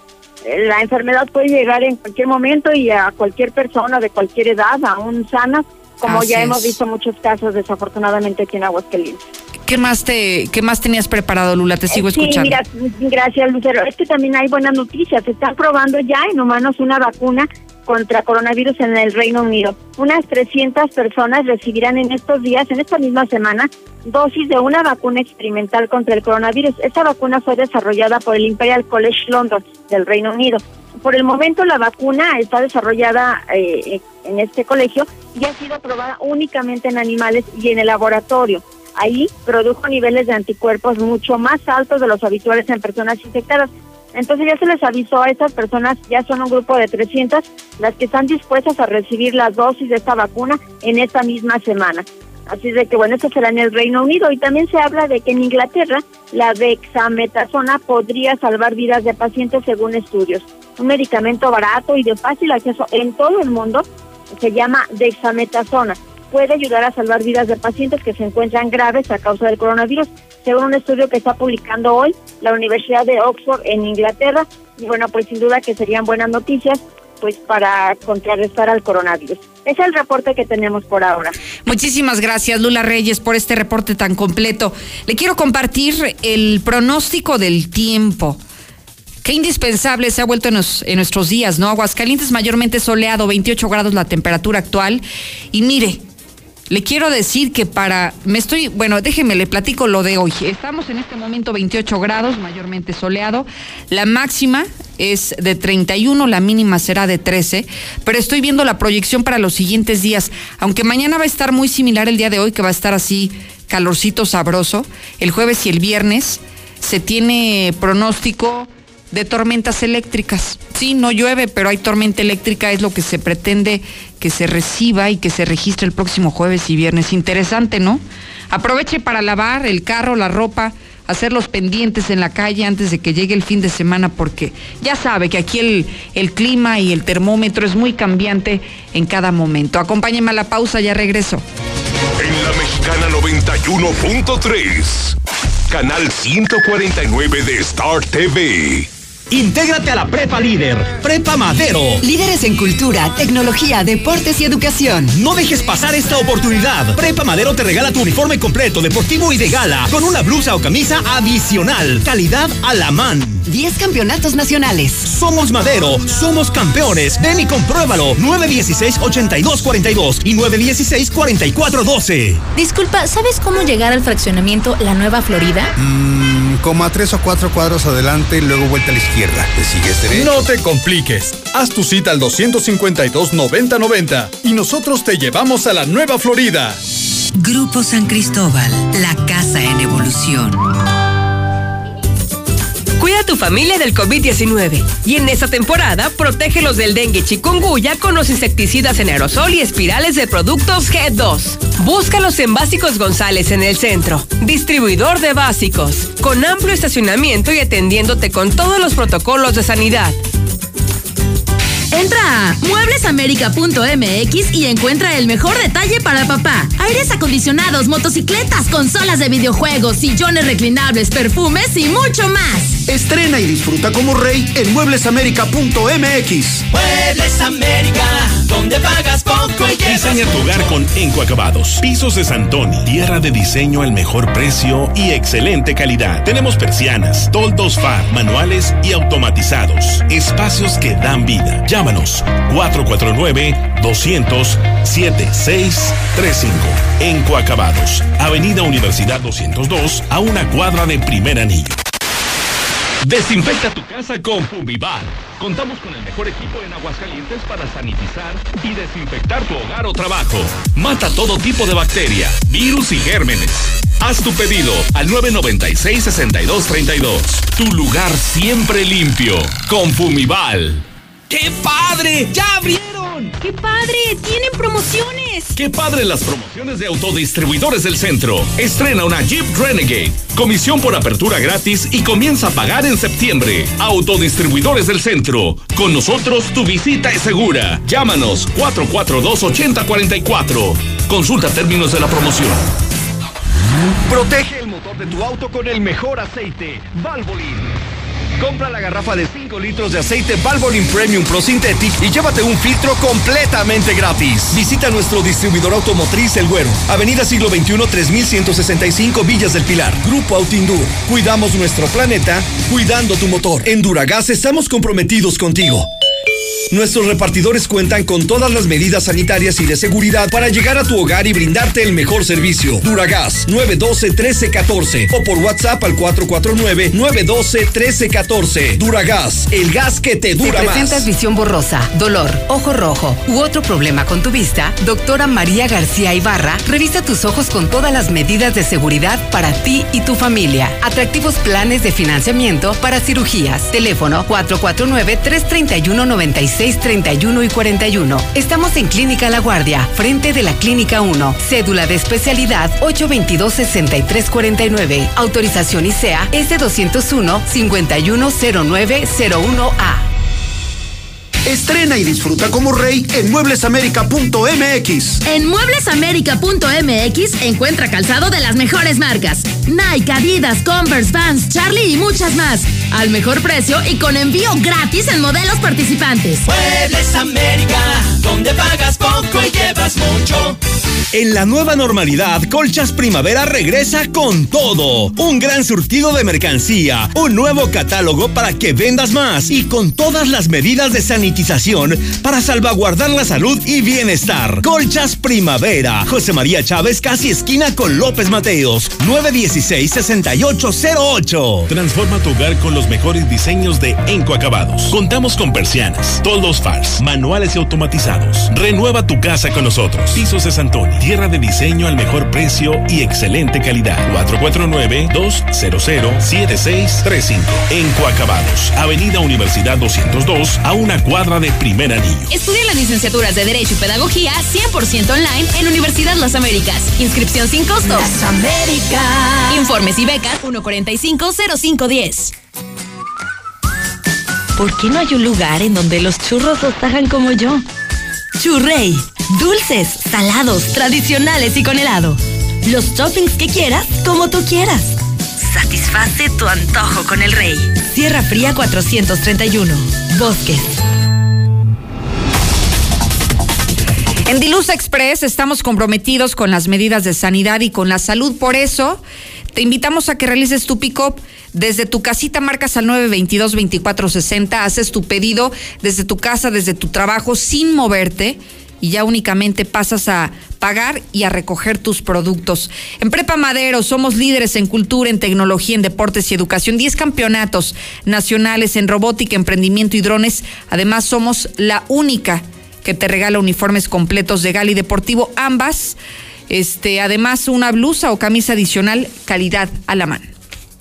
La enfermedad puede llegar en cualquier momento y a cualquier persona de cualquier edad, aún sana, como Así ya es. hemos visto muchos casos desafortunadamente aquí en Aguascalientes. ¿Qué más tenías preparado, Lula? Te sigo escuchando. Sí, mira, gracias, Lucero. Es que también hay buenas noticias. Se está probando ya en humanos una vacuna contra coronavirus en el Reino Unido. Unas 300 personas recibirán en estos días, en esta misma semana, dosis de una vacuna experimental contra el coronavirus. Esta vacuna fue desarrollada por el Imperial College London del Reino Unido. Por el momento la vacuna está desarrollada en este colegio y ha sido probada únicamente en animales y en el laboratorio. Ahí produjo niveles de anticuerpos mucho más altos de los habituales en personas infectadas. Entonces ya se les avisó a estas personas, ya son un grupo de 300 las que están dispuestas a recibir la dosis de esta vacuna en esta misma semana. Así de que bueno, esto será en el Reino Unido, y también se habla de que en Inglaterra la dexametasona podría salvar vidas de pacientes según estudios. Un medicamento barato y de fácil acceso en todo el mundo se llama dexametasona. Puede ayudar a salvar vidas de pacientes que se encuentran graves a causa del coronavirus, según un estudio que está publicando hoy la Universidad de Oxford en Inglaterra. Y bueno, pues sin duda que serían buenas noticias pues para contrarrestar al coronavirus. Ese es el reporte que tenemos por ahora. Muchísimas gracias, Lula Reyes, por este reporte tan completo. Le quiero compartir el pronóstico del tiempo. Qué indispensable se ha vuelto en nuestros días, ¿no? Aguascalientes mayormente soleado, 28 grados la temperatura actual. Y mire, le quiero decir que déjeme, le platico lo de hoy. Estamos en este momento 28 grados, mayormente soleado. La máxima es de 31, la mínima será de 13, pero estoy viendo la proyección para los siguientes días. Aunque mañana va a estar muy similar el día de hoy, que va a estar así calorcito sabroso. El jueves y el viernes se tiene pronóstico de tormentas eléctricas. Sí, no llueve, pero hay tormenta eléctrica, es lo que se pretende que se reciba y que se registre el próximo jueves y viernes. Interesante, ¿no? Aproveche para lavar el carro, la ropa, hacer los pendientes en la calle antes de que llegue el fin de semana, porque ya sabe que aquí el clima y el termómetro es muy cambiante en cada momento. Acompáñenme a la pausa, ya regreso. En la Mexicana 91.3, canal 149 de Star TV. Intégrate a la Prepa Líder, Prepa Madero. Líderes en cultura, tecnología, deportes y educación. No dejes pasar esta oportunidad. Prepa Madero te regala tu uniforme completo, deportivo y de gala, con una blusa o camisa adicional. Calidad a la man. 10 campeonatos nacionales. Somos Madero, somos campeones. Ven y compruébalo. 916-8242 y 916-4412. Disculpa, ¿sabes cómo llegar al fraccionamiento La Nueva Florida? Como a 3 o 4 cuadros adelante, luego vuelta a la izquierda. ¿Te sigues derecho? No te compliques. Haz tu cita al 252-9090 y nosotros te llevamos a La Nueva Florida. Grupo San Cristóbal, la casa en evolución. Cuida a tu familia del COVID-19 y en esta temporada protégelos del dengue y chikungunya con los insecticidas en aerosol y espirales de productos G2. Búscalos en Básicos González en el centro, distribuidor de básicos, con amplio estacionamiento y atendiéndote con todos los protocolos de sanidad. Entra a mueblesamerica.mx y encuentra el mejor detalle para papá. Aires acondicionados, motocicletas, consolas de videojuegos, sillones reclinables, perfumes y mucho más. Estrena y disfruta como rey en mueblesamerica.mx. Muebles América, donde pagas poco y diseña tu hogar con Enco Acabados. Pisos de Santoni, tierra de diseño al mejor precio y excelente calidad. Tenemos persianas, toldos FAR, manuales y automatizados. Espacios que dan vida. Llámanos 449-200-7635. Enco Acabados, Avenida Universidad 202, a una cuadra de Primer Anillo. Desinfecta tu casa con Fumival. Contamos con el mejor equipo en Aguascalientes para sanitizar y desinfectar tu hogar o trabajo. Mata todo tipo de bacteria, virus y gérmenes. Haz tu pedido al 996-6232. Tu lugar siempre limpio con Fumival. ¡Qué padre! ¡Ya abrieron! ¡Qué padre! ¡Tienen promociones! ¡Qué padre las promociones de Autodistribuidores del Centro! Estrena una Jeep Renegade, comisión por apertura gratis y comienza a pagar en septiembre. Autodistribuidores del Centro. Con nosotros tu visita es segura. Llámanos 442-8044. Consulta términos de la promoción. Protege el motor de tu auto con el mejor aceite, Valvoline. Compra la garrafa de 5 litros de aceite Valvoline Premium Pro Synthetic y llévate un filtro completamente gratis. Visita nuestro distribuidor automotriz El Güero, Avenida Siglo XXI 3165 Villas del Pilar. Grupo Autindur. Cuidamos nuestro planeta, cuidando tu motor. En Duragas estamos comprometidos contigo. Nuestros repartidores cuentan con todas las medidas sanitarias y de seguridad para llegar a tu hogar y brindarte el mejor servicio. Duragas 912-1314 o por WhatsApp al 449-912-1314. Duragas, el gas que te dura más. Si presentas visión borrosa, dolor, ojo rojo u otro problema con tu vista, doctora María García Ibarra revisa tus ojos con todas las medidas de seguridad para ti y tu familia. Atractivos planes de financiamiento para cirugías. Teléfono 449-331-9631 y 41. Estamos en Clínica La Guardia, frente de la Clínica 1. Cédula de especialidad 822-6349. Autorización ICEA S201-510901A. Estrena y disfruta como rey en mueblesamerica.mx. En mueblesamerica.mx encuentra calzado de las mejores marcas: Nike, Adidas, Converse, Vans, Charlie y muchas más. Al mejor precio y con envío gratis en modelos participantes. Muebles América, donde pagas poco y llevas mucho. En la nueva normalidad, Colchas Primavera regresa con todo. Un gran surtido de mercancía, un nuevo catálogo para que vendas más y con todas las medidas de sanitización para salvaguardar la salud y bienestar. Colchas Primavera, José María Chávez, casi esquina con López Mateos, 916-6808. Transforma tu hogar con los mejores diseños de Enco Acabados. Contamos con persianas, toldos FARS, manuales y automatizados. Renueva tu casa con nosotros. Pisos de Santoni, tierra de diseño al mejor precio y excelente calidad. 449-200-7635. Enco Acabados, Avenida Universidad 202, a una cuadra de Primer Anillo. Estudia las licenciaturas de Derecho y Pedagogía 100% online en Universidad Las Américas. Inscripción sin costo. Las Américas. Informes y becas 145-0510. ¿Por qué no hay un lugar en donde los churros los tajan como yo? Churrey. Dulces, salados, tradicionales y con helado. Los toppings que quieras, como tú quieras. Satisface tu antojo con el Rey. Sierra Fría 431. Bosques. En Dilusa Express estamos comprometidos con las medidas de sanidad y con la salud. Por eso, te invitamos a que realices tu pick-up desde tu casita. Marcas al 922-2460, haces tu pedido desde tu casa, desde tu trabajo, sin moverte, y ya únicamente pasas a pagar y a recoger tus productos. En Prepa Madero somos líderes en cultura, en tecnología, en deportes y educación. 10 campeonatos nacionales en robótica, emprendimiento y drones. Además, somos la única que te regala uniformes completos de gala y deportivo, ambas. Además, una blusa o camisa adicional, calidad a la mano.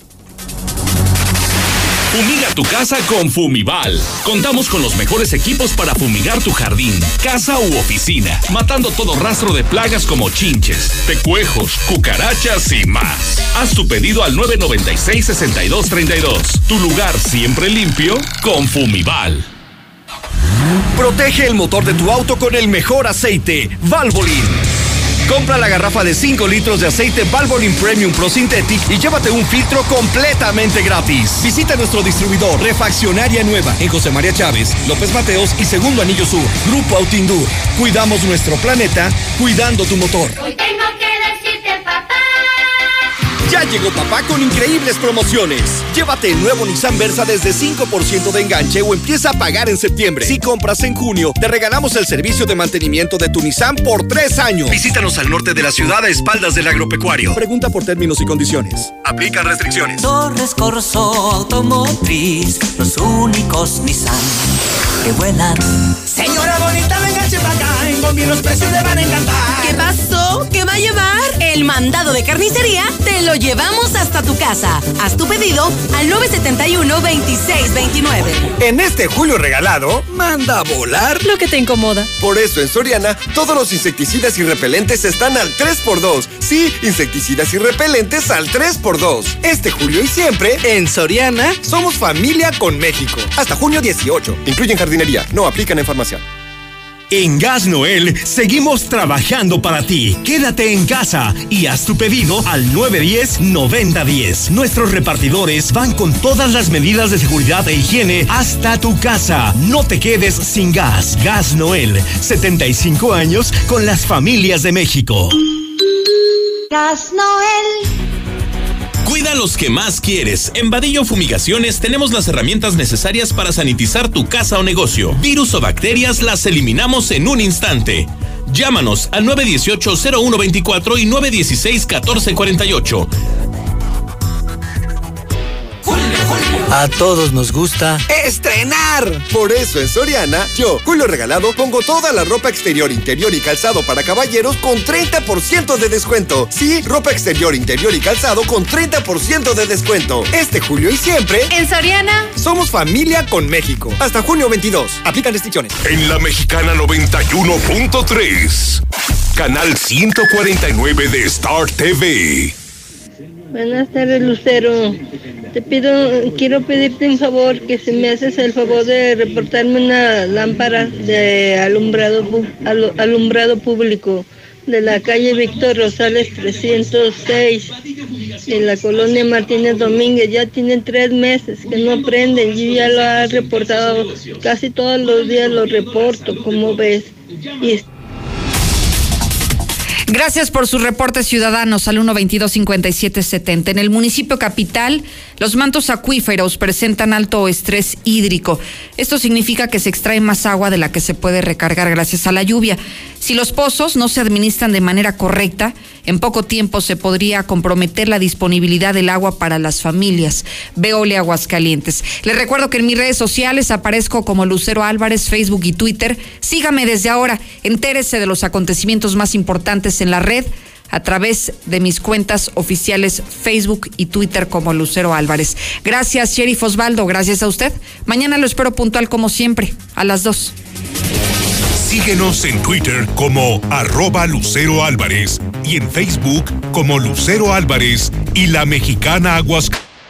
Fumiga tu casa con Fumival. Contamos con los mejores equipos para fumigar tu jardín, casa u oficina, matando todo rastro de plagas como chinches, tecuejos, cucarachas y más. Haz tu pedido al 996-6232. Tu lugar siempre limpio con Fumival. Protege el motor de tu auto con el mejor aceite, Valvoline. Compra la garrafa de 5 litros de aceite Valvoline Premium Pro Synthetic y llévate un filtro completamente gratis. Visita nuestro distribuidor Refaccionaria Nueva en José María Chávez, López Mateos y Segundo Anillo Sur. Grupo Autindur. Cuidamos nuestro planeta, cuidando tu motor. Hoy tengo que decirte, papá. Ya llegó papá con increíbles promociones. Llévate el nuevo Nissan Versa desde 5% de enganche o empieza a pagar en septiembre. Si compras en junio, te regalamos el servicio de mantenimiento de tu Nissan por 3 años. Visítanos al norte de la ciudad a espaldas del agropecuario. Pregunta por términos y condiciones. Aplican restricciones. Torres Corso Automotriz, los únicos Nissan que vuelan. Señora bonita, véngase para acá, en Combi los precios le van a encantar. ¿Qué pasó? ¿Qué va a llevar? El mandado de carnicería te lo llevamos hasta tu casa. Haz tu pedido al 971-2629. En este julio regalado, manda a volar lo que te incomoda. Por eso en Soriana, todos los insecticidas y repelentes están al 3x2. Sí, insecticidas y repelentes al 3x2. Este julio y siempre, en Soriana, somos familia con México. Hasta junio 18. Incluyen jardinería, no aplican en farmacia. En Gas Noel seguimos trabajando para ti. Quédate en casa y haz tu pedido al 910-9010. Nuestros repartidores van con todas las medidas de seguridad e higiene hasta tu casa. No te quedes sin gas. Gas Noel, 75 años con las familias de México. Gas Noel. Cuida a los que más quieres. En Vadillo Fumigaciones tenemos las herramientas necesarias para sanitizar tu casa o negocio. Virus o bacterias las eliminamos en un instante. Llámanos al 918-0124 y 916-1448. A todos nos gusta ¡estrenar! Por eso en Soriana, yo, Julio Regalado, pongo toda la ropa exterior, interior y calzado para caballeros con 30% de descuento. Sí, ropa exterior, interior y calzado con 30% de descuento. Este julio y siempre, en Soriana, somos familia con México. Hasta junio 22. Aplican restricciones. En la Mexicana 91.3, canal 149 de Star TV. Buenas tardes, Lucero. Quiero pedirte un favor, que si me haces el favor de reportarme una lámpara de alumbrado público de la calle Víctor Rosales 306 en la colonia Martínez Domínguez. Ya tienen 3 meses que no prenden. Yo ya lo he reportado, casi todos los días lo reporto, como ves. Gracias por sus reportes ciudadanos al 122-5770. En el municipio capital, los mantos acuíferos presentan alto estrés hídrico. Esto significa que se extrae más agua de la que se puede recargar gracias a la lluvia. Si los pozos no se administran de manera correcta, en poco tiempo se podría comprometer la disponibilidad del agua para las familias. Veole Aguascalientes. Les recuerdo que en mis redes sociales aparezco como Lucero Álvarez, Facebook y Twitter. Sígame desde ahora. Entérese de los acontecimientos más importantes en la red a través de mis cuentas oficiales Facebook y Twitter como Lucero Álvarez. Gracias, Sheriff Osvaldo. Gracias a usted. Mañana lo espero puntual como siempre, a las 2. Síguenos en Twitter como @Lucero Álvarez y en Facebook como Lucero Álvarez y La Mexicana Aguascalientes.